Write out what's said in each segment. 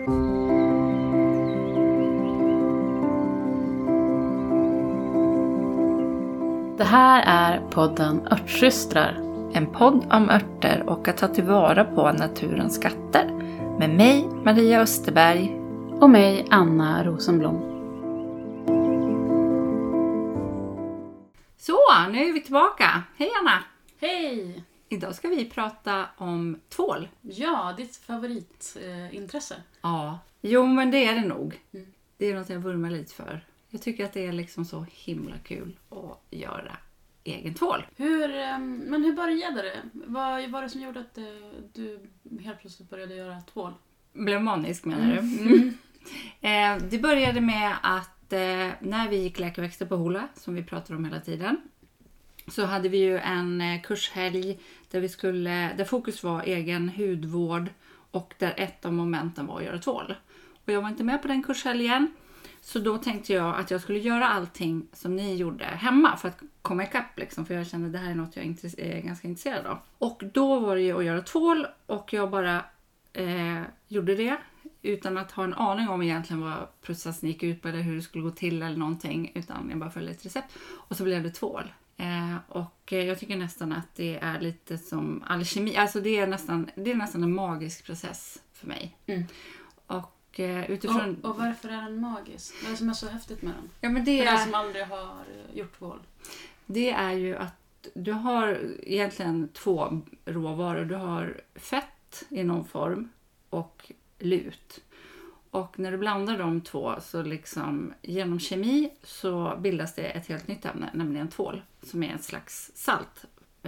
Det här är podden Örtsystrar. En podd om örter och att ta tillvara på naturens skatter. Med mig, Maria Österberg. Och mig, Anna Rosenblom. Så, nu är vi tillbaka. Hej Anna! Hej! Idag ska vi prata om tvål. Ja, ditt favoritintresse. Ja, jo men det är det nog. Det är något jag vurmar lite för. Jag tycker att det är liksom så himla kul att göra egen tvål. Men hur började det? Vad var det som gjorde att du helt plötsligt började göra tvål? Blev manisk menar du? Det började med att när vi gick läkeväxter på Hola, som vi pratar om hela tiden, så hade vi ju en kurshelg där fokus var egen hudvård och där ett av momenten var att göra tvål. Och jag var inte med på den kurshelgen. Så då tänkte jag att jag skulle göra allting som ni gjorde hemma för att komma ikapp liksom. För jag kände att det här är något jag är ganska intresserad av. Och då var det ju att göra tvål och jag bara gjorde det. Utan att ha en aning om egentligen vad processen gick ut på eller hur det skulle gå till eller någonting. Utan jag bara följde ett recept. Och så blev det tvål. Och jag tycker nästan att det är lite som alkemi. Alltså det är nästan en magisk process för mig. Och utifrån... Och varför är den magisk? Vad är det som är så häftigt med den? Ja, men för den som aldrig har gjort tvål. Det är ju att du har egentligen två råvaror. Du har fett i någon form och lut. Och när du blandar de två så liksom genom kemi så bildas det ett helt nytt ämne, nämligen tvål. Som är ett slags salt.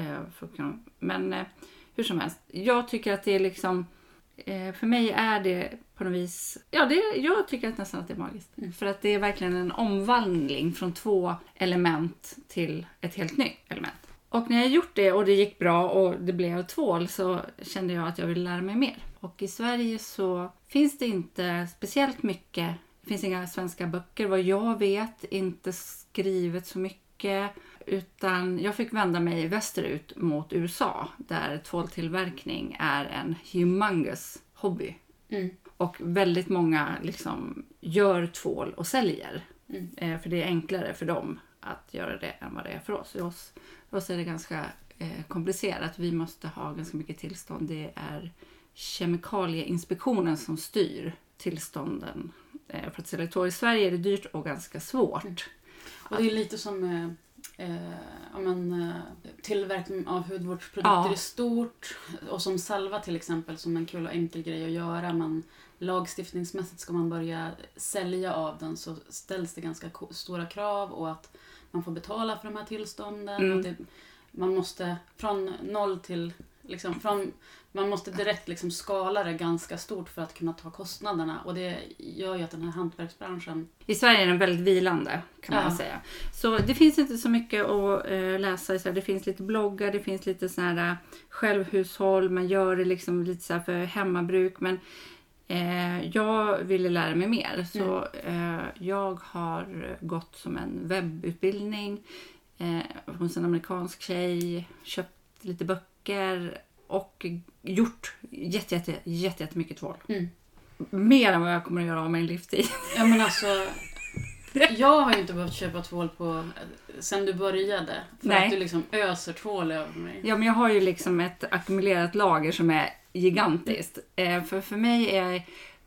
Men hur som helst, jag tycker att det är liksom... För mig är det på något vis... Ja, jag tycker att nästan att det är magiskt. För att det är verkligen en omvandling från två element till ett helt nytt element. Och när jag gjort det och det gick bra och det blev tvål så kände jag att jag ville lära mig mer. Och i Sverige så finns det inte speciellt mycket. Det finns inga svenska böcker vad jag vet. Inte skrivet så mycket. Utan jag fick vända mig västerut mot USA. Där tvåltillverkning är en humongous hobby. Och väldigt många liksom gör tvål och säljer. För det är enklare för dem att göra det än vad det är för oss. För oss är det ganska komplicerat. Vi måste ha ganska mycket tillstånd. Det är Kemikalieinspektionen som styr tillstånden. För att sälja tvål i Sverige är det dyrt och ganska svårt. Och det är lite som... tillverkning av hudvårdsprodukter i stort och som salva till exempel som en kul och enkel grej att göra, men lagstiftningsmässigt ska man börja sälja av den så ställs det ganska stora krav och att man får betala för de här tillstånden och man måste från noll till man måste direkt liksom skala det ganska stort för att kunna ta kostnaderna och det gör ju att den här hantverksbranschen... I Sverige är den väldigt vilande kan man säga. Så det finns inte så mycket att läsa. Det finns lite bloggar, det finns lite sån här självhushåll. Man gör det liksom lite så här för hemmabruk. Men jag ville lära mig mer. Så jag har gått som en webbutbildning hos en amerikansk tjej. Köpt lite böcker och gjort jättemycket tvål. Mer än vad jag kommer att göra av min livstid. Ja men alltså, jag har ju inte behövt köpa tvål sen du började. För att du liksom öser tvål över mig. Ja men jag har ju liksom ett ackumulerat lager som är gigantiskt. För mig är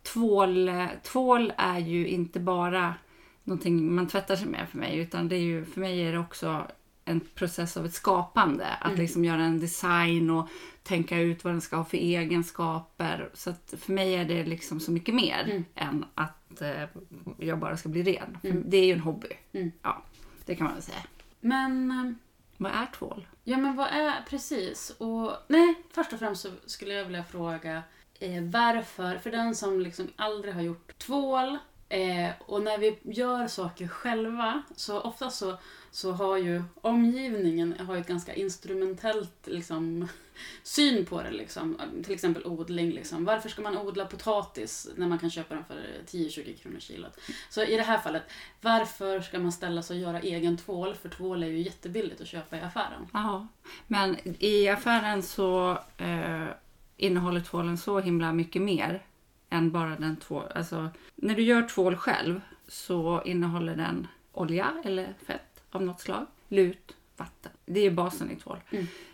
tvål är ju inte bara någonting man tvättar sig med för mig. Utan det är ju, för mig är det också en process av ett skapande. Att liksom göra en design och tänka ut vad den ska ha för egenskaper. Så att för mig är det liksom så mycket mer än att jag bara ska bli ren. För det är ju en hobby. Ja, det kan man väl säga. Men... vad är tvål? Ja, men vad är... Precis. Först och främst så skulle jag vilja fråga varför... För den som liksom aldrig har gjort tvål... och när vi gör saker själva så ofta så har ju omgivningen ett ganska instrumentellt liksom, syn på det. Liksom. Till exempel odling. Liksom. Varför ska man odla potatis när man kan köpa den för 10-20 kronor kilot? Så i det här fallet, varför ska man ställa sig och göra egen tvål? För tvål är ju jättebilligt att köpa i affären. Ja, men i affären så innehåller tvålen så himla mycket mer än bara den tvål. Alltså, när du gör tvål själv så innehåller den olja eller fett av något slag. Lut, vatten. Det är basen i tvål.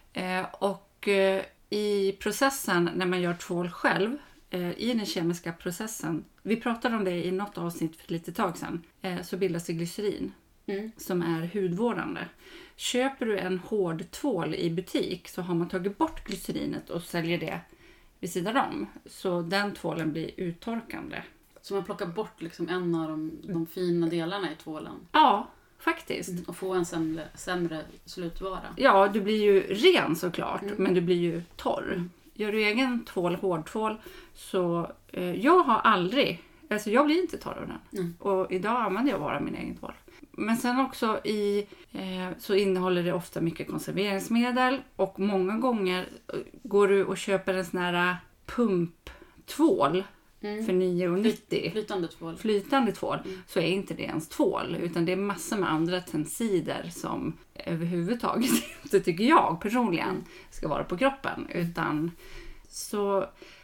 I processen när man gör tvål själv, i den kemiska processen, vi pratade om det i något avsnitt för lite tag sedan, så bildas det glycerin som är hudvårdande. Köper du en hård tvål i butik så har man tagit bort glycerinet och säljer det vid sidan om. Så den tvålen blir uttorkande. Så man plockar bort liksom en av de fina delarna i tvålen? Ja, faktiskt. Och få en sämre slutvara? Ja, du blir ju ren såklart, men du blir ju torr. Gör du egen hårdtvål så jag har aldrig, alltså jag blir inte torr av den. Och idag använder jag bara min egen tvål. Men sen också så innehåller det ofta mycket konserveringsmedel och många gånger går du och köper en sån här pumptvål för 9,90. Flytande tvål. Så är inte det ens tvål utan det är massor med andra tensider som överhuvudtaget inte tycker jag personligen ska vara på kroppen utan så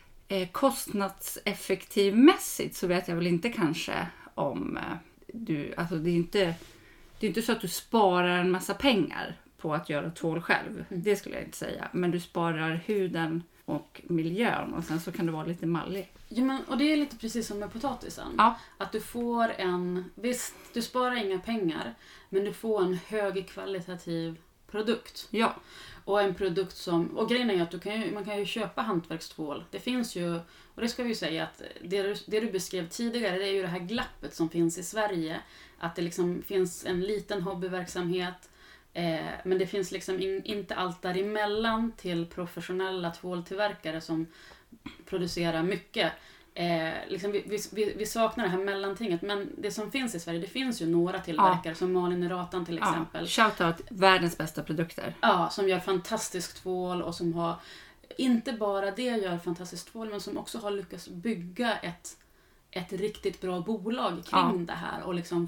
kostnadseffektivmässigt så vet jag väl inte kanske om alltså det är inte så att du sparar en massa pengar på att göra tvål själv. Det skulle jag inte säga. Men du sparar huden och miljön och sen så kan du vara lite mallig. Ja, men, och det är lite precis som med potatisen. Ja. Att du får visst, du sparar inga pengar men du får en högkvalitativ produkt. Ja. Och en produkt och grejen är att man kan ju köpa hantverkstvål. Det finns ju, och det ska vi ju säga att det du beskrev tidigare det är ju det här glappet som finns i Sverige. Att det liksom finns en liten hobbyverksamhet men det finns liksom inte allt däremellan till professionella tvåltillverkare som producerar mycket. Liksom vi saknar det här mellantinget men det som finns i Sverige det finns ju några tillverkare som Malin i Ratan till exempel. Shoutout, världens bästa produkter. Ja, som gör fantastisk tvål och som har inte bara det gör fantastisk tvål men som också har lyckats bygga ett riktigt bra bolag kring det här och liksom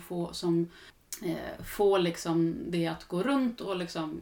få liksom det att gå runt och liksom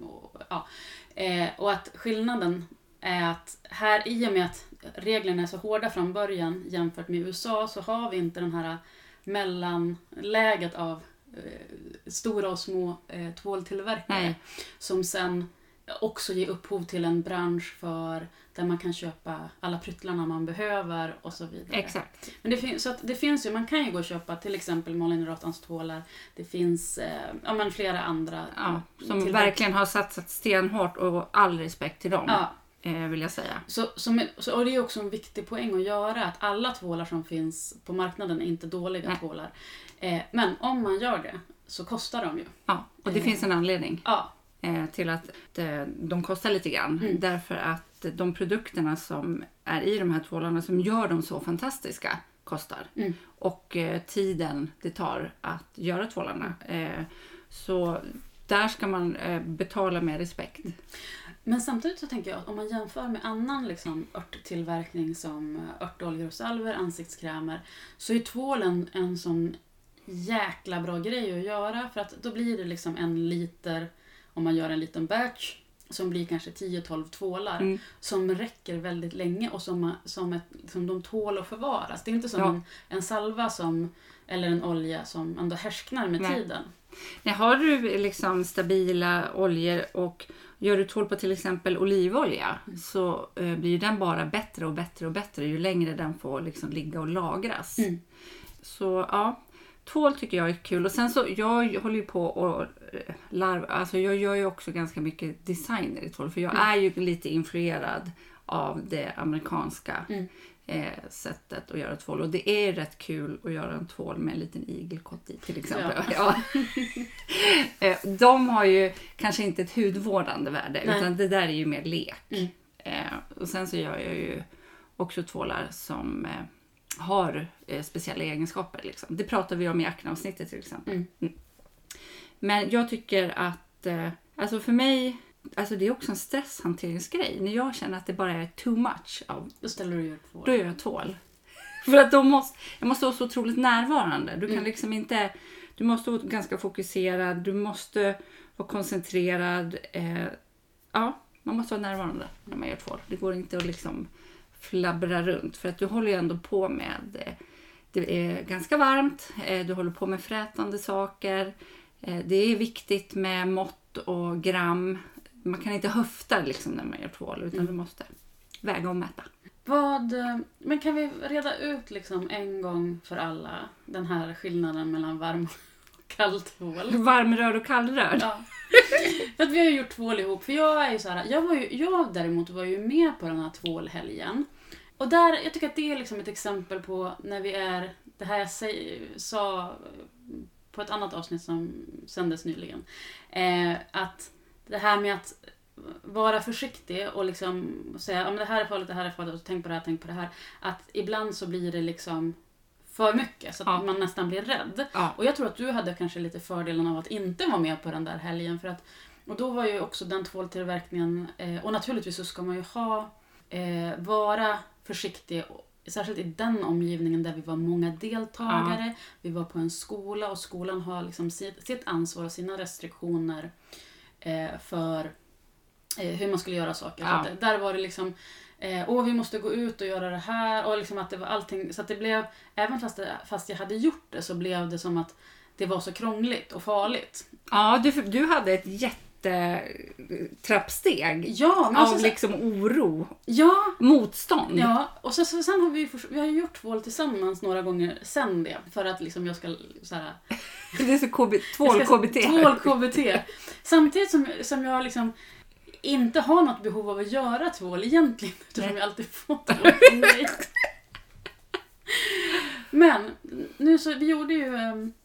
och att skillnaden är att här i och med att reglerna är så hårda från början jämfört med USA så har vi inte den här mellanläget av stora och små tvåltillverkare som sen också ger upphov till en bransch där man kan köpa alla pryttlarna man behöver och så vidare. Exakt. Men det finns ju, man kan ju gå och köpa till exempel Malin i Ratans tvålar. Det finns flera andra som verkligen har satsat stenhårt och all respekt till dem. Ja. Vill jag säga. Och det är också en viktig poäng att göra att alla tvålar som finns på marknaden är inte dåliga tvålar. Men om man gör det så kostar de ju. Ja, och det finns en anledning till att de kostar lite grann. Därför att de produkterna som är i de här tvålarna som gör dem så fantastiska kostar. Och tiden det tar att göra tvålarna. Så där ska man betala med respekt. Men samtidigt så tänker jag att om man jämför med annan liksom örttillverkning som örtoljor och salver, ansiktskrämer så är tvålen en sån jäkla bra grej att göra för att då blir det liksom 1 liter om man gör en liten batch som blir kanske 10-12 tvålar som räcker väldigt länge och som de tål att förvaras. Det är inte som en salva eller en olja som ändå härsknar med tiden. Nej, har du liksom stabila oljor och gör du tvål på till exempel olivolja så blir den bara bättre och bättre och bättre ju längre den får liksom ligga och lagras. Så ja, tvål tycker jag är kul. Och sen så, jag håller ju på och alltså jag gör ju också ganska mycket designer i tvål för jag är ju lite influerad av det amerikanska sättet att göra tvål. Och det är rätt kul att göra en tvål med en liten igelkott i till exempel. Ja. De har ju kanske inte ett hudvårdande värde utan det där är ju mer lek. Och sen så gör jag ju också tvålar som har speciella egenskaper. Liksom. Det pratar vi om i akneavsnittet till exempel. Men jag tycker att alltså för mig alltså det är också en stresshanteringsgrej. När jag känner att det bara är too much då ställer du gör tvål. Då gör jag tvål. För att jag måste vara så otroligt närvarande. Du kan liksom inte, du måste vara ganska fokuserad, du måste vara koncentrerad. Man måste vara närvarande när man gör tvål. Det går inte att liksom flabbra runt. För att du håller ju ändå på med, det är ganska varmt, du håller på med frätande saker. Det är viktigt med mått och gram. Man kan inte höfta liksom när man gör tvål, utan du måste väga och mäta. Men kan vi reda ut liksom en gång för alla den här skillnaden mellan varm och kall tvål? Varmrörd och kallrörd? Ja. För att vi har ju gjort tvål ihop. För jag är ju så här, jag däremot var ju med på den här tvålhelgen. Och där, jag tycker att det är liksom ett exempel på när vi är, det här jag sa på ett annat avsnitt som sändes nyligen. Att det här med att vara försiktig och liksom säga, ja men det här är farligt, och tänk på det här. Att ibland så blir det liksom för mycket så att man nästan blir rädd. Ja. Och jag tror att du hade kanske lite fördelen av att inte vara med på den där helgen. Och då var ju också den tvåltillverkningen, och naturligtvis så ska man ju vara försiktig, särskilt i den omgivningen där vi var många deltagare. Ja. Vi var på en skola och skolan har liksom sitt ansvar och sina restriktioner för hur man skulle göra saker. Ja. Så att där var det liksom vi måste gå ut och göra det här, och liksom att det var allting, så att det blev, även fast jag hade gjort det, så blev det som att det var så krångligt och farligt. Ja, du hade ett jättetrappsteg. Ja, men av liksom oro. Ja, motstånd. Ja, och sen har vi har gjort tvål tillsammans några gånger sen det, för att liksom jag ska så här, det är så tvål-KBT. Tvål-KBT. Samtidigt som jag liksom inte har något behov av att göra tvål egentligen, eftersom jag alltid fått tvål. Men nu så vi gjorde ju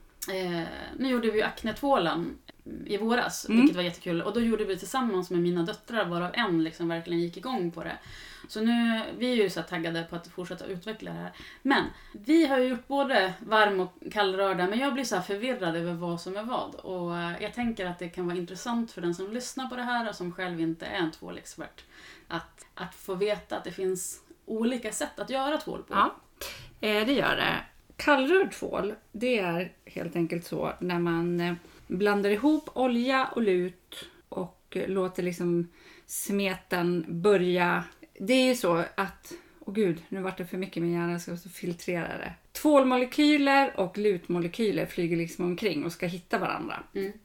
nu gjorde vi aknetvålen i våras, vilket var jättekul, och då gjorde vi tillsammans med mina döttrar, varav en liksom verkligen gick igång på det. Så nu, vi är ju så taggade på att fortsätta utveckla det här. Men vi har ju gjort både varm och kallrörda, men jag blir så här förvirrad över vad som är vad. Och jag tänker att det kan vara intressant för den som lyssnar på det här och som själv inte är en tvålexpert att få veta att det finns olika sätt att göra tvål på. Ja, det gör det. Kallrörd tvål, det är helt enkelt så när man blandar ihop olja och lut och låter liksom smeten börja. Det är ju så att, nu vart det för mycket med hjärnan, så jag ska filtrera det. Tvålmolekyler och lutmolekyler flyger liksom omkring och ska hitta varandra.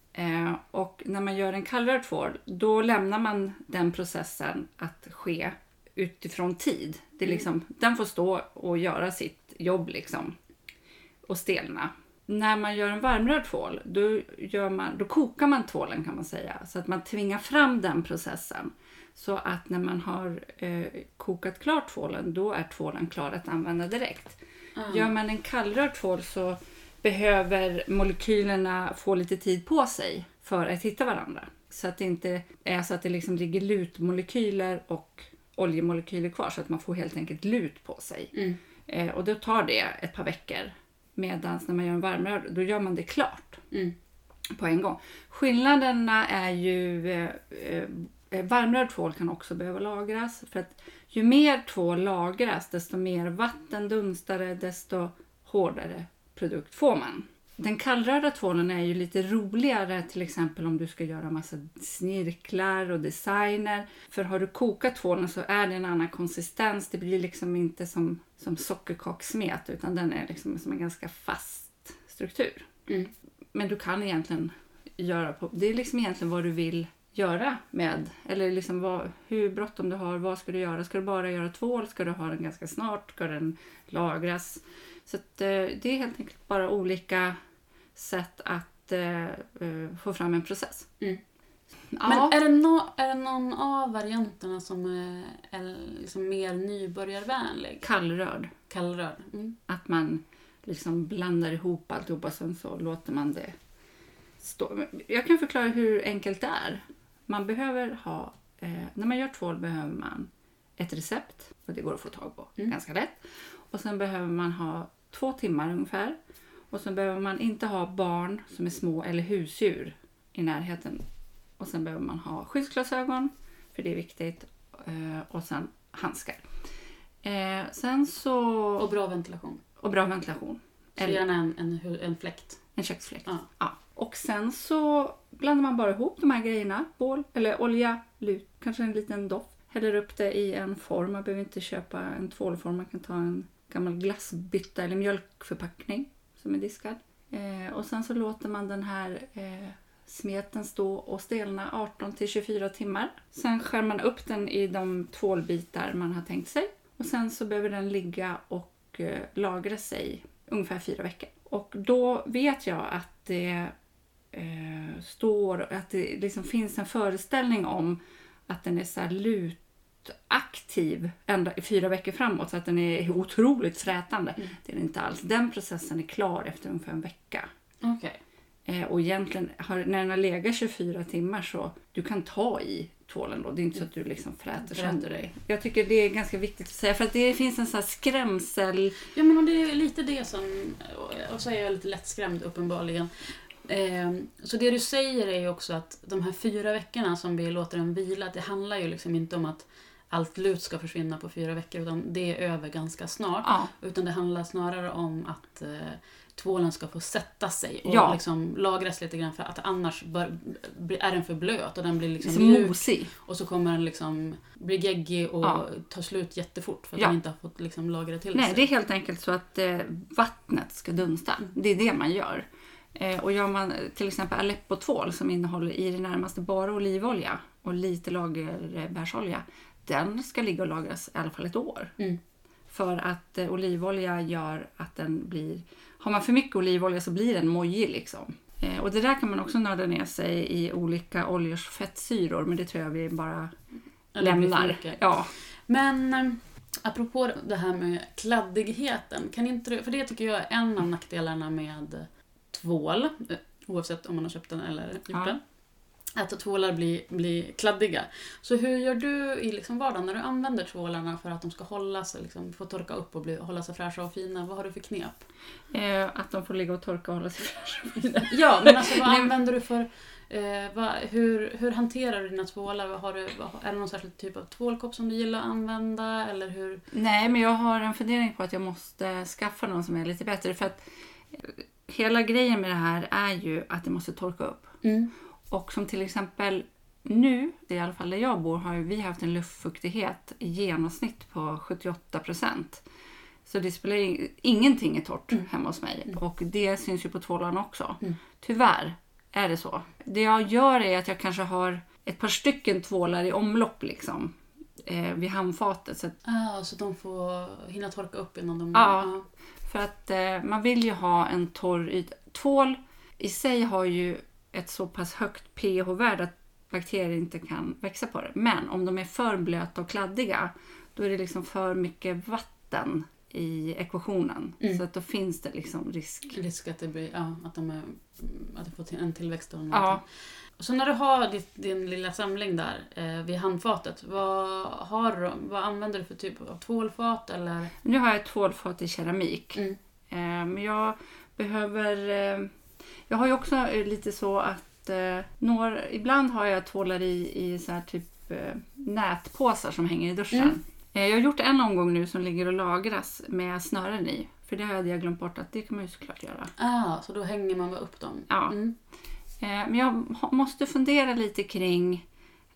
Och när man gör en kallrörd tvål, då lämnar man den processen att ske utifrån tid. Det är liksom, den får stå och göra sitt jobb liksom och stelna. När man gör en varmrörd tvål, då kokar man tvålen, kan man säga. Så att man tvingar fram den processen. Så att när man har kokat klart tvålen, då är tvålen klar att använda direkt. Gör man en kallrörd tvål så behöver molekylerna få lite tid på sig för att hitta varandra. Så att det inte är så att det liksom ligger lutmolekyler och oljemolekyler kvar, så att man får helt enkelt lut på sig. Och då tar det ett par veckor. Medan när man gör en varmrörd, då gör man det klart på en gång. Skillnaderna är ju varmrörd tvål kan också behöva lagras. För att ju mer tvål lagras, desto mer vattendunstare, desto hårdare produkt får man. Den kallrörda tvålen är ju lite roligare, till exempel om du ska göra massa snirklar och designer. För har du kokat tvålen så är det en annan konsistens. Det blir liksom inte som sockerkaksmet, utan den är liksom som en ganska fast struktur. Men du kan egentligen göra det är liksom egentligen vad du vill göra med, eller liksom hur bråttom du har, vad ska du göra? Ska du bara göra tvål? Ska du ha den ganska snart? Ska den lagras? Så att, det är helt enkelt bara olika sätt att få fram en process. Ja. Men är det någon av varianterna som är liksom mer nybörjarvänlig? Kallrörd. Att man liksom blandar ihop alltihopa, sen så låter man det stå. Jag kan förklara hur enkelt det är. Man behöver ha, när man gör tvål behöver man ett recept, och det går att få tag på ganska lätt. Och sen behöver man ha 2 timmar ungefär. Och sen behöver man inte ha barn som är små eller husdjur i närheten. Och sen behöver man ha skyddsglasögon, för det är viktigt. Och sen handskar. Sen så... Och bra ventilation. Så gärna en fläkt. En köksfläkt. Ja. Och sen så blandar man bara ihop de här grejerna. Tvål, eller olja, lut, kanske en liten doft. häller upp det i en form. Man behöver inte köpa en tvålform. Man kan ta en gammal glassbytta eller mjölkförpackning som är diskad. Och sen så låter man den här smeten stå och stelna 18-24 timmar. Sen skär man upp den i de tvålbitar man har tänkt sig. Och sen så behöver den ligga och lagra sig ungefär 4 veckor. Och då vet jag att det står att det liksom finns en föreställning om att den är så här lutaktiv ända i 4 veckor framåt, så att den är otroligt frätande. Det är det inte alls. Den processen är klar efter ungefär en vecka. Okej. Och egentligen när den har legat 24 timmar så du kan ta i tvålen då. Det är inte så att du liksom fräter sönder dig. Jag tycker det är ganska viktigt att säga, för att det finns en sån här skrämsel. Ja, men det är lite det som, och så är jag lite lättskrämd uppenbarligen. Så det du säger är ju också att de här 4 veckorna som vi låter den vila, det handlar ju liksom inte om att allt lut ska försvinna på 4 veckor, utan det är över ganska snart. Ja. Utan det handlar snarare om att tvålen ska få sätta sig och liksom lagras lite grann, för att annars är den för blöt och den blir liksom mjuk. Mosig. Och så kommer den liksom bli geggig och ta slut jättefort för att den inte har fått liksom lagra till sig. Nej, det är helt enkelt så att vattnet ska dunsta. Det är det man gör. Och gör man till exempel Aleppo-tvål som innehåller i det närmaste bara olivolja och lite lagerbärsolja, den ska ligga och lagras i alla fall 1 år. För att olivolja gör att den blir... Har man för mycket olivolja så blir den mojig liksom. Och det där kan man också nörda ner sig i olika oljors fettsyror, men det tror jag vi bara lämnar. Ja. Men apropå det här med kladdigheten, kan inte du, för det tycker jag är en av nackdelarna med tvål, oavsett om man har köpt den eller gjort den, att tvålar blir kladdiga. Så hur gör du i liksom vardagen när du använder tvålarna för att de ska hålla sig, liksom, få torka upp och hålla sig fräscha och fina? Vad har du för knep? Att de får ligga och torka och hålla sig fräscha och fina. Ja, men alltså vad använder du för... hur hanterar du dina tvålar? Är det någon särskild typ av tvålkopp som du gillar att använda? Eller hur? Nej, men jag har en fundering på att jag måste skaffa någon som är lite bättre. För att hela grejen med det här är ju att det måste torka upp. Och som till exempel nu, i alla fall där jag bor, har vi haft en luftfuktighet i genomsnitt på 78%. Så det spelar ingenting är torrt hemma hos mig. Och det syns ju på tvålarna också. Tyvärr är det så. Det jag gör är att jag kanske har ett par stycken tvålar i omlopp liksom. Vid handfatet. Så de får hinna torka upp innan de... Ja, för att man vill ju ha en torr yta. Tvål i sig har ju ett så pass högt pH-värde att bakterier inte kan växa på det. Men om de är för blöta och kladdiga, då är det liksom för mycket vatten i ekvationen. Så att då finns det liksom risk att det blir, att det får en tillväxt. Och så när du har din lilla samling där vid handfatet, vad använder du för typ av tvålfat? Eller? Nu har jag ett tvålfat i keramik. Men jag behöver... jag har ju också lite så att ibland har jag tvålar i så här typ nätpåsar som hänger i duschen. Jag har gjort en omgång nu som ligger och lagras med snören i. För det hade jag glömt bort att det kan man ju såklart göra. Så då hänger man bara upp dem? Ja. Men jag måste fundera lite kring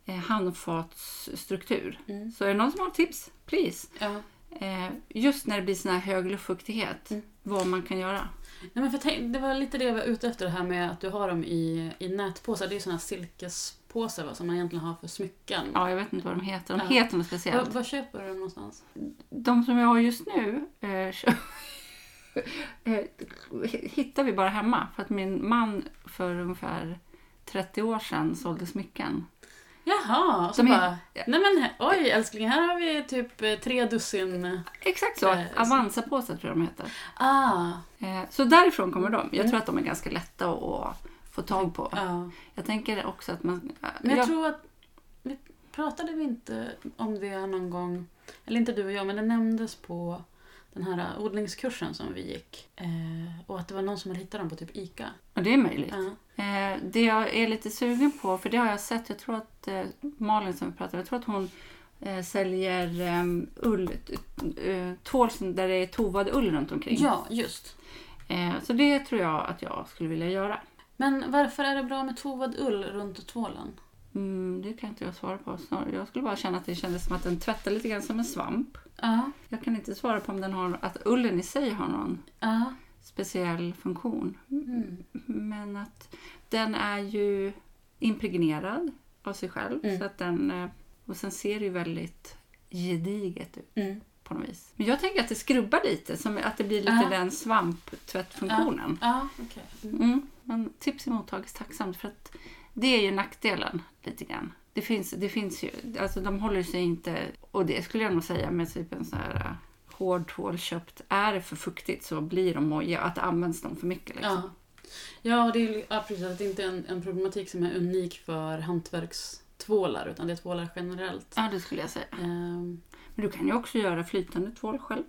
handfatsstruktur. Så är det någon som har tips? Please. Just när det blir sån här hög luftfuktighet. Vad man kan göra. Nej, men det var lite det jag var ute efter, det här med att du har dem i nätpåsar. Det är såna här silkespåsar som man egentligen har för smycken. Ja, jag vet inte vad de heter. De heter något speciellt. Vad köper du någonstans? De som jag har just nu hittar vi bara hemma. För att min man för ungefär 30 år sedan sålde smycken. Jaha, så nej men oj älskling, här har vi typ 3 dussin. Exakt så, Avanza-påsar tror jag de heter. Så därifrån kommer de. Jag tror att de är ganska lätta att få tag på. Jag tänker också att man... Men jag tror att, pratade vi inte om det någon gång, eller inte du och jag, men det nämndes på den här odlingskursen som vi gick. Och att det var någon som hade hittat dem på typ Ica. Och det är möjligt. Det jag är lite sugen på, för det har jag sett, jag tror att Malin som vi pratade, jag tror att hon säljer tvål där det är tovad ull runt omkring. Ja, just. Så det tror jag att jag skulle vilja göra. Men varför är det bra med tovad ull runt tvålen? Det kan inte jag svara på. Jag skulle bara känna att det kändes som att den tvättar lite grann som en svamp. Jag kan inte svara på om den har, att ullen i sig har någon speciell funktion. Men att den är ju impregnerad av sig själv. Så att den, och sen ser det ju väldigt gediget ut på något vis. Men jag tänker att det skrubbar lite, som att det blir lite den svamptvättfunktionen. Okay. Men tips är mottagits tacksamt, för att det är ju nackdelen lite grann. Det finns ju, alltså de håller sig inte, och det skulle jag nog säga med typ en sån här hård tvål köpt, är det för fuktigt så blir de mojiga, att används de för mycket liksom. Ja, det är precis, att det inte är en problematik som är unik för hantverkstvålar, utan det är tvålar generellt. Ja, det skulle jag säga. Men du kan ju också göra flytande tvål själv.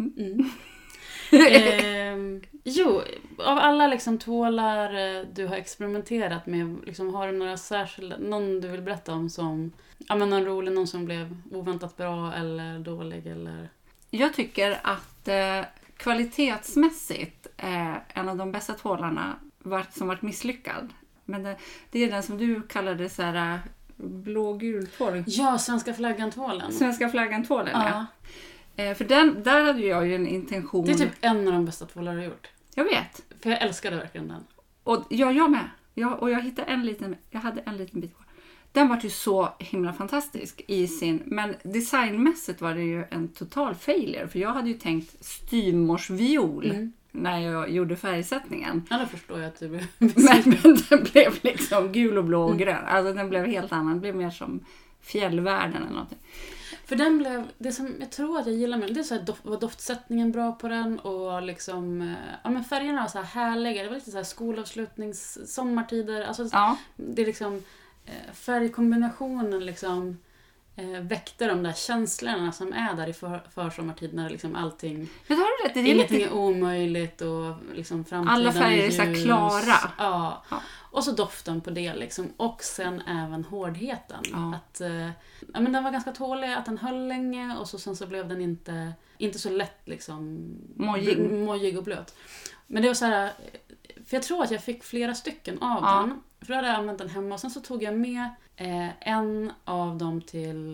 Jo, av alla liksom tvålar du har experimenterat med, liksom, har du några särskilda, någon du vill berätta om som, någon rolig, någon som blev oväntat bra eller dålig eller? Jag tycker att kvalitetsmässigt en av de bästa tvålarna som varit misslyckad. Men det är den som du kallade så här blå-gul tvål. Ja, svenska flaggan-tvålen. Svenska flaggan-tvålen, ja. För där hade jag ju en intention. Det är typ en av de bästa tvålar jag har gjort. Jag vet. För jag älskade verkligen den. Och jag med. Jag hittade jag hade en liten bit kvar. Den var ju så himla fantastisk i sin, men designmässigt var det ju en total failure. För jag hade ju tänkt styvmorsviol när jag gjorde färgsättningen. Ja, då förstår jag att du blev men den blev liksom gul och blå och grön. Alltså den blev helt annan. Den blev mer som fjällvärlden eller någonting. För den blev, det som jag tror att jag gillar med den, det är så här var doftsättningen bra på den, och liksom, men färgerna var så här härliga. Det var lite så här skolavslutnings, sommartider. Alltså, det är liksom, färgkombinationen liksom väckte de där känslorna som är där i försommartid, när liksom allting, ingenting är omöjligt och liksom framtiden alla färger är så här klara. Ja. Och så doften på det liksom, och sen även hårdheten. Att men den var ganska tålig, att den höll länge, och sen så blev den inte så lätt liksom mojig och blöt. Men det var så här, för jag tror att jag fick flera stycken av den. För då hade jag använt den hemma, och sen så tog jag med en av dem till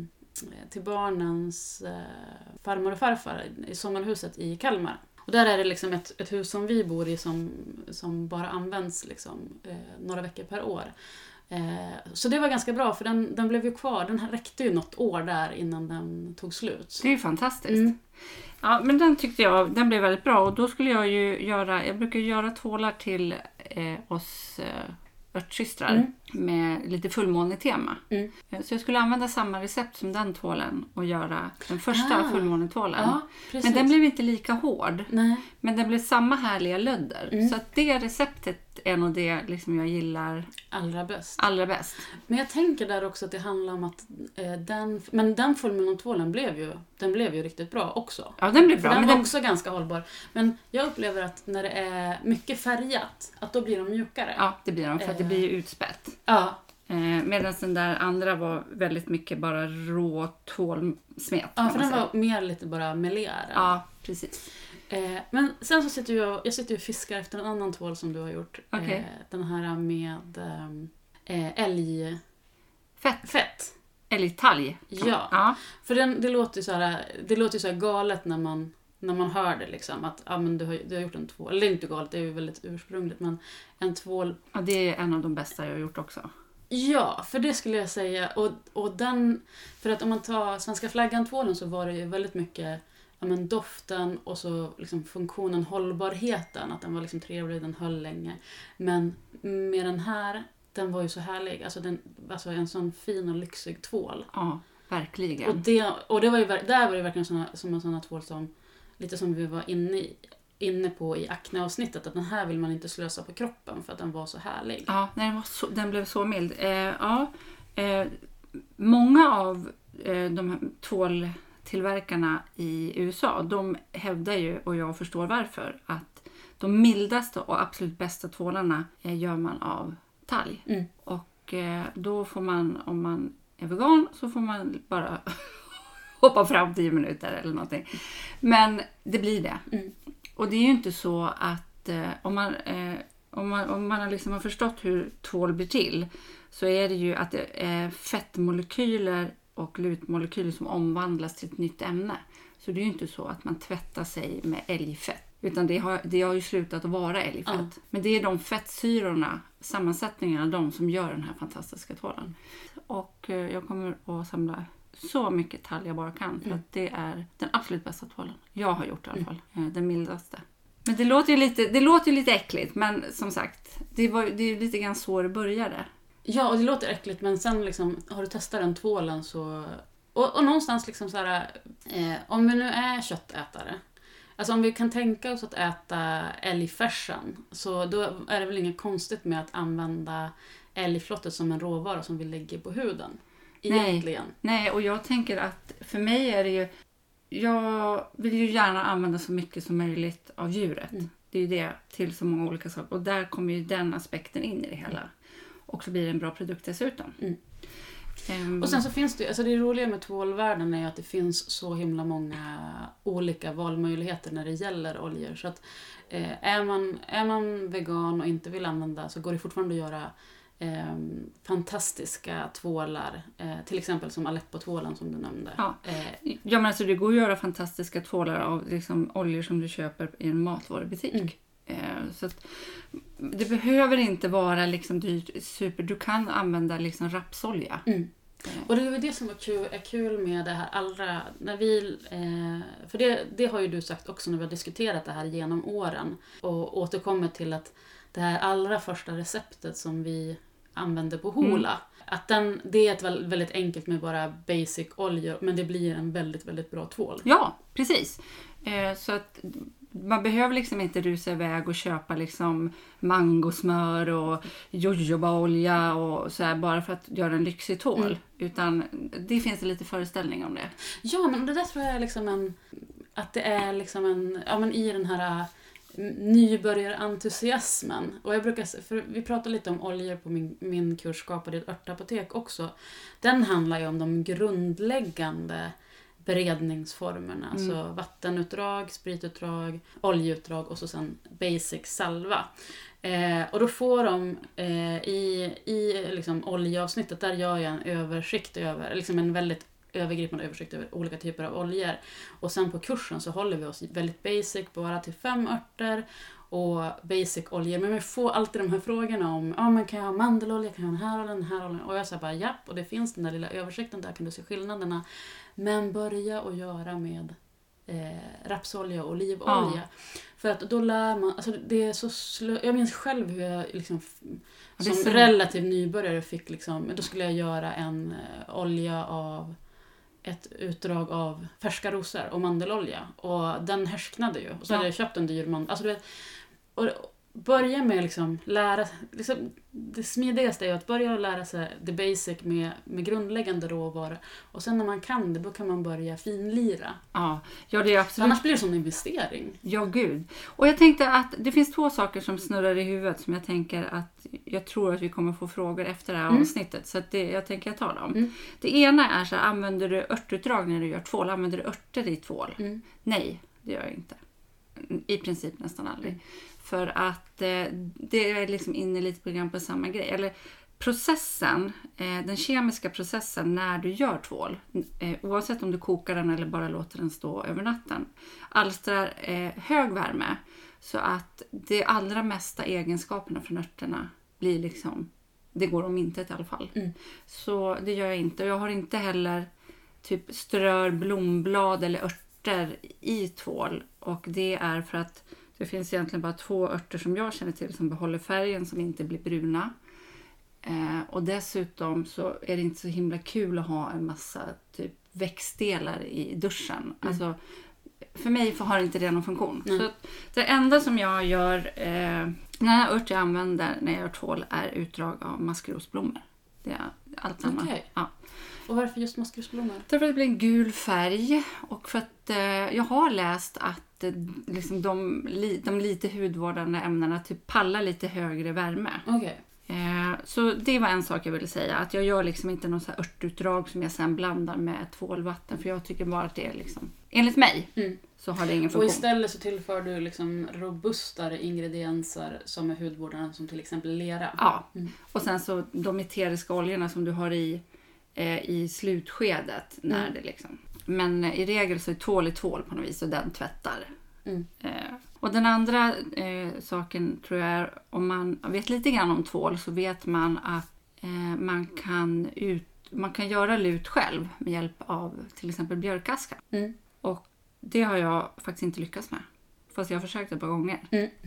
barnens farmor och farfar i sommarhuset i Kalmar. Och där är det liksom ett hus som vi bor i som bara används liksom, några veckor per år. Så det var ganska bra, för den blev ju kvar. Den här räckte ju något år där innan den tog slut. Det är ju fantastiskt. Ja, men den tyckte jag, den blev väldigt bra. Och då skulle jag ju jag brukar göra tvålar till oss örtsystrar med lite fullmånetema. Så jag skulle använda samma recept som den tvålen och göra den första fullmånetvålen. Ja, men den blev inte lika hård. Nej. Men den blev samma härliga lödder. Så att det receptet är nog det liksom jag gillar allra bäst. Men jag tänker där också att det handlar om att den fullmånetvålen blev ju riktigt bra också. Ja, den blev bra. Den var också ganska hållbar. Men jag upplever att när det är mycket färgat, att då blir de mjukare. Ja, det blir de, för att det blir utspätt. Ja. Medan den där andra var väldigt mycket bara rå tvålsmet. Ja, för den var mer lite bara melerad. Ja, precis. Men sen så sitter jag sitter och fiskar efter en annan tvål som du har gjort. Okay. Den här med älgfett. Älgtalg. Ja. För det låter ju så här galet när man hör det liksom, att men du har gjort en tvål. Eller det är inte galet, det är ju väldigt ursprungligt, men en tvål. Ja, det är en av de bästa jag har gjort också. Ja, för det skulle jag säga. Och den, för att om man tar svenska flaggan-tvålen, så var det ju väldigt mycket doften och så liksom funktionen, hållbarheten, att den var liksom trevlig, den höll länge. Men med den här, den var ju så härlig. Alltså en sån fin och lyxig tvål. Ja, verkligen. Och det var ju, där var det verkligen som en sån tvål som, lite som vi var inne på i akneavsnittet, att den här vill man inte slösa på kroppen för att den var så härlig. Ja, den blev så mild. Många av de här tvåltillverkarna i USA, de hävdar ju, och jag förstår varför, att de mildaste och absolut bästa tvålarna gör man av talg. Och då får man, om man är vegan, så får man bara hoppa fram 10 minuter eller någonting. Men det blir det. Och det är ju inte så att om man Om man liksom har förstått hur tvål blir till, så är det ju att det är fettmolekyler och lutmolekyler som omvandlas till ett nytt ämne. Så det är ju inte så att man tvättar sig med älgfett. Utan det har ju slutat att vara älgfett. Men det är de fettsyrorna, sammansättningarna, de som gör den här fantastiska tvålen. Och jag kommer att samla så mycket talg jag bara kan. För att det är den absolut bästa tvålen. Jag har gjort i alla fall. Den mildaste. Men det låter ju lite äckligt. Men som sagt, det är lite grann så det började. Ja, och det låter äckligt, men sen liksom, har du testat den tvålen så... Och någonstans liksom så här, om vi nu är köttätare, alltså om vi kan tänka oss att äta älgfärsen, så då är det väl inget konstigt med att använda älgflottet som en råvara som vi lägger på huden. Egentligen. Nej, och jag tänker att för mig är det ju... Jag vill ju gärna använda så mycket som möjligt av djuret. Det är ju det till så många olika saker. Och där kommer ju den aspekten in i det hela. Och så blir det en bra produkt dessutom. Och sen så finns det, alltså det roliga med tvålvärlden är att det finns så himla många olika valmöjligheter när det gäller oljor. Så att är man vegan och inte vill använda, så går det fortfarande att göra fantastiska tvålar. Till exempel som Aleppo-tvålen som du nämnde. Ja, men alltså det går att göra fantastiska tvålar av liksom oljor som du köper i en matvarubutik. Så att det behöver inte vara liksom dyrt, super. Du kan använda liksom rapsolja. Och det är väl det som är kul med det här allra, när vi, för det har ju du sagt också när vi har diskuterat det här genom åren och återkommer till att det här allra första receptet som vi använde på Hoola, att det är ett väldigt enkelt med bara basic oljor, men det blir en väldigt, väldigt bra tvål. Ja, precis. Så att man behöver liksom inte rusa iväg och köpa liksom mangosmör och jojobaolja och så här bara för att göra en lyxig tvål. Utan det finns lite föreställning om det. Ja, men det där tror jag är liksom att det är liksom i den här nybörjarentusiasmen. Och jag brukar, för vi pratar lite om oljor på min kurs Skapa ditt örtapotek också. Den handlar ju om de grundläggande beredningsformerna. Så vattenutdrag, spritutdrag, oljeutdrag och så sen basic salva. Och då får de i liksom oljeavsnittet, där gör jag en översikt över, liksom en väldigt övergripande översikt över olika typer av oljor. Och sen på kursen så håller vi oss väldigt basic, bara till 5 örter och basic oljor. Men vi får alltid de här frågorna om, man kan jag ha mandelolja, kan jag ha den här oljan. Och jag säger bara, japp, och det finns den där lilla översikten, där kan du se skillnaderna. Men börja att göra med rapsolja och olivolja. För att då lär man, alltså det är så jag minns själv hur jag liksom, som relativ nybörjare fick liksom, då skulle jag göra en olja av ett utdrag av färska rosor och mandelolja. Och den härsknade ju. Och så hade jag köpt en dyr mandel. Alltså, och börja med liksom lära, liksom, det smidigaste är att börja lära sig the basic med grundläggande råvaror. Och sen när man kan det, då kan man börja finlira. Ja, det är absolut. Annars blir det som en investering. Ja, gud. Och jag tänkte att det finns 2 saker som snurrar i huvudet som jag tänker att jag tror att vi kommer få frågor efter det här avsnittet. Så att jag tänker ta dem. Det ena är så här, använder du örtutdrag när du gör tvål? Använder du örter i tvål? Nej, det gör jag inte. I princip nästan aldrig. För att det är liksom inne lite på grann på samma grej. Eller processen, den kemiska processen när du gör tvål, oavsett om du kokar den eller bara låter den stå över natten, alstrar hög värme så att de allra mesta egenskaperna från örterna blir liksom, det går om intet i alla fall. Så det gör jag inte. Och jag har inte heller typ strör blomblad eller örter i tvål. Och det är för att det finns egentligen bara 2 örter som jag känner till som behåller färgen, som inte blir bruna. Och dessutom så är det inte så himla kul att ha en massa typ växtdelar i duschen. Alltså, för mig har inte det någon funktion. Så det enda som jag gör, när ört jag använder när jag gör tvål, är utdrag av maskrosblommor. Det är allt annat. Okay. Ja. Och varför just maskrosblommor? Därför att det blir en gul färg. Och för att jag har läst att liksom de lite hudvårdande ämnena typ pallar lite högre värme. Okay. Så det var en sak jag ville säga. Att jag gör liksom inte någon så här örtutdrag som jag sen blandar med tvålvatten. För jag tycker bara att det är liksom, enligt mig så har det ingen funktion. Och istället så tillför du liksom robustare ingredienser som är hudvårdande, som till exempel lera. Ja, och sen så de eteriska oljorna som du har i slutskedet. När det liksom. Men i regel så är tvål i tvål på något vis och den tvättar. Och den andra saken tror jag är, om man vet lite grann om tvål så vet man att man kan göra lut själv med hjälp av till exempel björkaska. Och det har jag faktiskt inte lyckats med. Fast jag har försökt ett par gånger.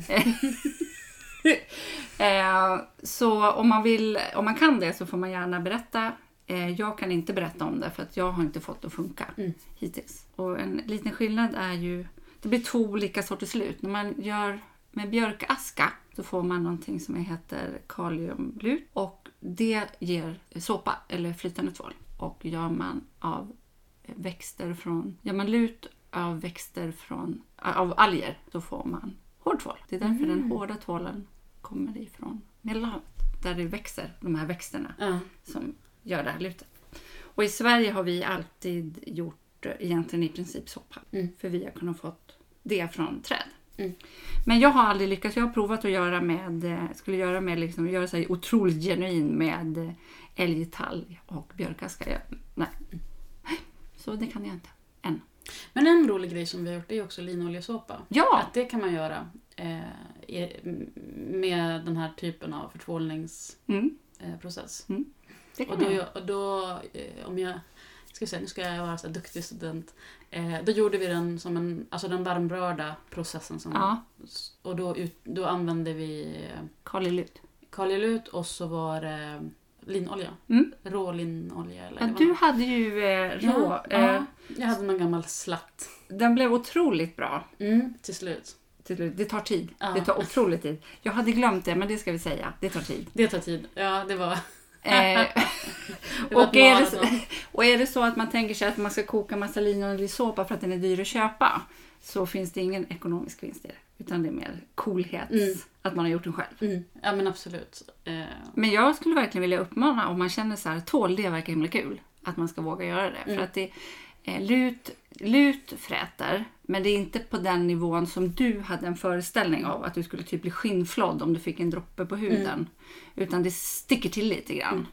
Så om man kan det så får man gärna berätta. Jag kan inte berätta om det för att jag har inte fått det att funka hittills. Och en liten skillnad är ju, det blir 2 olika sorters lut. När man gör med björkaska så får man någonting som heter kaliumlut. Och det ger såpa eller flytande tvål. Och gör man lut av växter av alger så får man hård tvål. Det är därför den hårda tvålen kommer ifrån Medelhavet. Där det växer de här växterna som gör det här lutet. Och i Sverige har vi alltid gjort egentligen i princip såpa. För vi har kunnat fått det från träd. Men jag har aldrig lyckats. Jag har provat att göra så här otroligt genuin med älgtalg och björkaska. Nej. Så det kan jag inte än. Men en rolig grej som vi har gjort är också linoljesåpa. Ja. Att det kan man göra med den här typen av förtvålningsprocess. Och då om jag ska säga, nu ska jag vara så här duktig student. Då gjorde vi den som den varmrörda processen och då använde vi kalilut och så var det linolja. Rå linolja eller du hade ju jag hade någon gammal slatt. Den blev otroligt bra. Till slut. Det tar tid. Det tar otroligt tid. Jag hade glömt det, men det ska vi säga. Det tar tid. Ja, det var... och är det så att man tänker sig att man ska koka massa linoljesåpa för att den är dyr att köpa, så finns det ingen ekonomisk vinst i det. Utan det är mer coolhet att man har gjort den själv. Ja, men absolut. Men jag skulle verkligen vilja uppmana, om man känner så här, tvål, det verkar himla kul, att man ska våga göra det. För att det lut fräter, men det är inte på den nivån som du hade en föreställning av, att du skulle typ bli skinnflådd om du fick en droppe på huden. Utan det sticker till lite grann.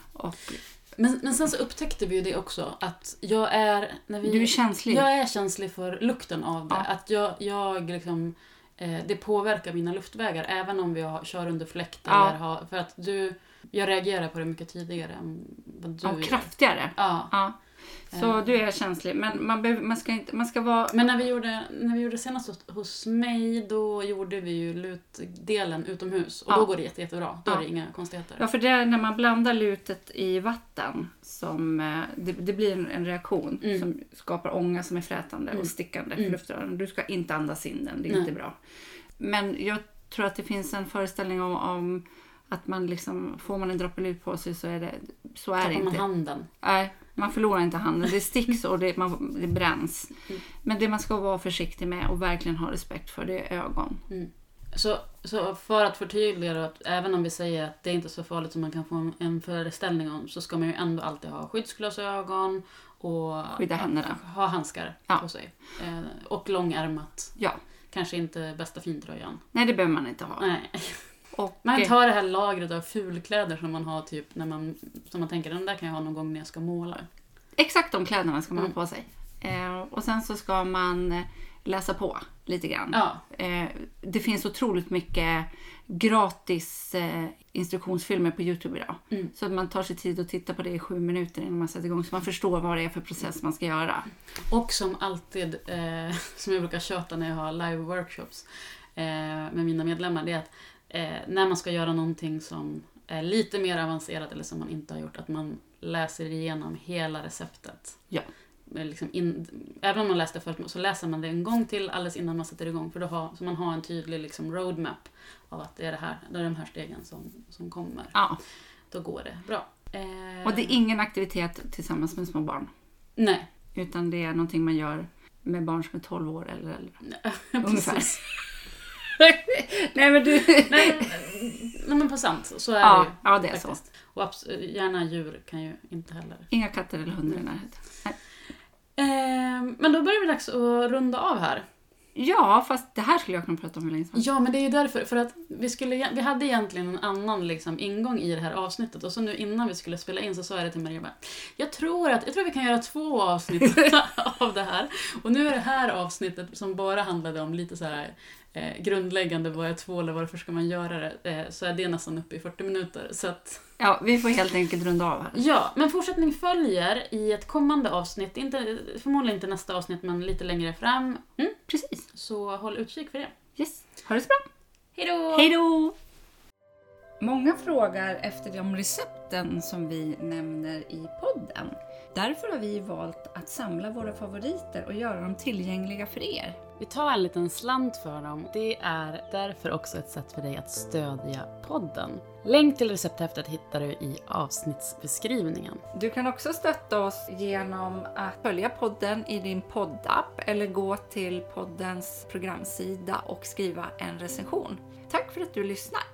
Men sen så upptäckte vi ju det också, att du är känslig. Jag är känslig för lukten av det. Att jag liksom, det påverkar mina luftvägar även om vi kör under fläkt eller för att jag reagerar på det mycket tidigare än vad du gör. Kraftigare. Ja. Så du är känslig, men man ska vara... Men när vi gjorde senast hos mig, då gjorde vi ju lutdelen utomhus. Och då går det jättebra. Då är det inga konstigheter. Ja, för det är när man blandar lutet i vatten som det blir en reaktion som skapar ånga som är frätande och stickande för luftrören. Du ska inte andas in den, det är inte bra. Men jag tror att det finns en föreställning om att man liksom, får man en droppe lut på sig så är det inte. Man handen. Nej, man förlorar inte handen. Det sticks och det bränns. Men det man ska vara försiktig med och verkligen ha respekt för, det är ögon. Så för att förtydliga att även om vi säger att det är inte så farligt som man kan få en föreställning om, så ska man ju ändå alltid ha skyddsglasögon och skydda händerna. Ha handskar på sig. Och långärmat. Ja. Kanske inte bästa fintröjan. Nej, det behöver man inte ha. Nej. Man tar det här lagret av fulkläder som man har typ som man tänker, den där kan jag ha någon gång när jag ska måla. Exakt de kläderna ska man ha på sig. Och sen så ska man läsa på lite grann. Ja. Det finns otroligt mycket gratis instruktionsfilmer på YouTube idag. Så att man tar sig tid att titta på det i 7 minuter innan man sätter igång, så man förstår vad det är för process man ska göra. Och som alltid, som jag brukar köta när jag har live workshops med mina medlemmar, det är att när man ska göra någonting som är lite mer avancerat eller som man inte har gjort, att man läser igenom hela receptet. Ja. Liksom även om man läste först, så läser man det en gång till alldeles innan man sätter igång, för så man har en tydlig liksom roadmap av att det är de här stegen som kommer. Ja. Då går det bra. Och det är ingen aktivitet tillsammans med små barn. Nej. Utan det är någonting man gör med barn som är 12 år eller äldre. Ungefär. Nej men på sant, så är det ju. Ja, det är faktiskt. Så. Och gärna djur kan ju inte heller. Inga katter eller hundar i närheten. Nej. Men då börjar vi dags att runda av här. Ja, fast det här skulle jag kunna prata om hur länge som helst. Ja, men det är ju därför. För att vi hade egentligen en annan liksom, ingång i det här avsnittet. Och så nu innan vi skulle spela in så sa jag det till Maria. Jag tror vi kan göra 2 avsnitt av det här. Och nu är det här avsnittet som bara handlade om lite så här grundläggande. Vad är tvål och varför ska man göra det? Så är det nästan uppe i 40 minuter. Så att... Ja, vi får helt enkelt runda av här. Ja, men fortsättning följer i ett kommande avsnitt. Förmodligen inte nästa avsnitt, men lite längre fram. Precis. Så håll utkik för det. Yes, ha det så bra. Hejdå! Hejdå! Många frågar efter de recepten som vi nämner i podden. Därför har vi valt att samla våra favoriter och göra dem tillgängliga för er. Vi tar en liten slant för dem. Det är därför också ett sätt för dig att stödja podden. Länk till recepthäftet hittar du i avsnittsbeskrivningen. Du kan också stötta oss genom att följa podden i din poddapp eller gå till poddens programsida och skriva en recension. Tack för att du lyssnar!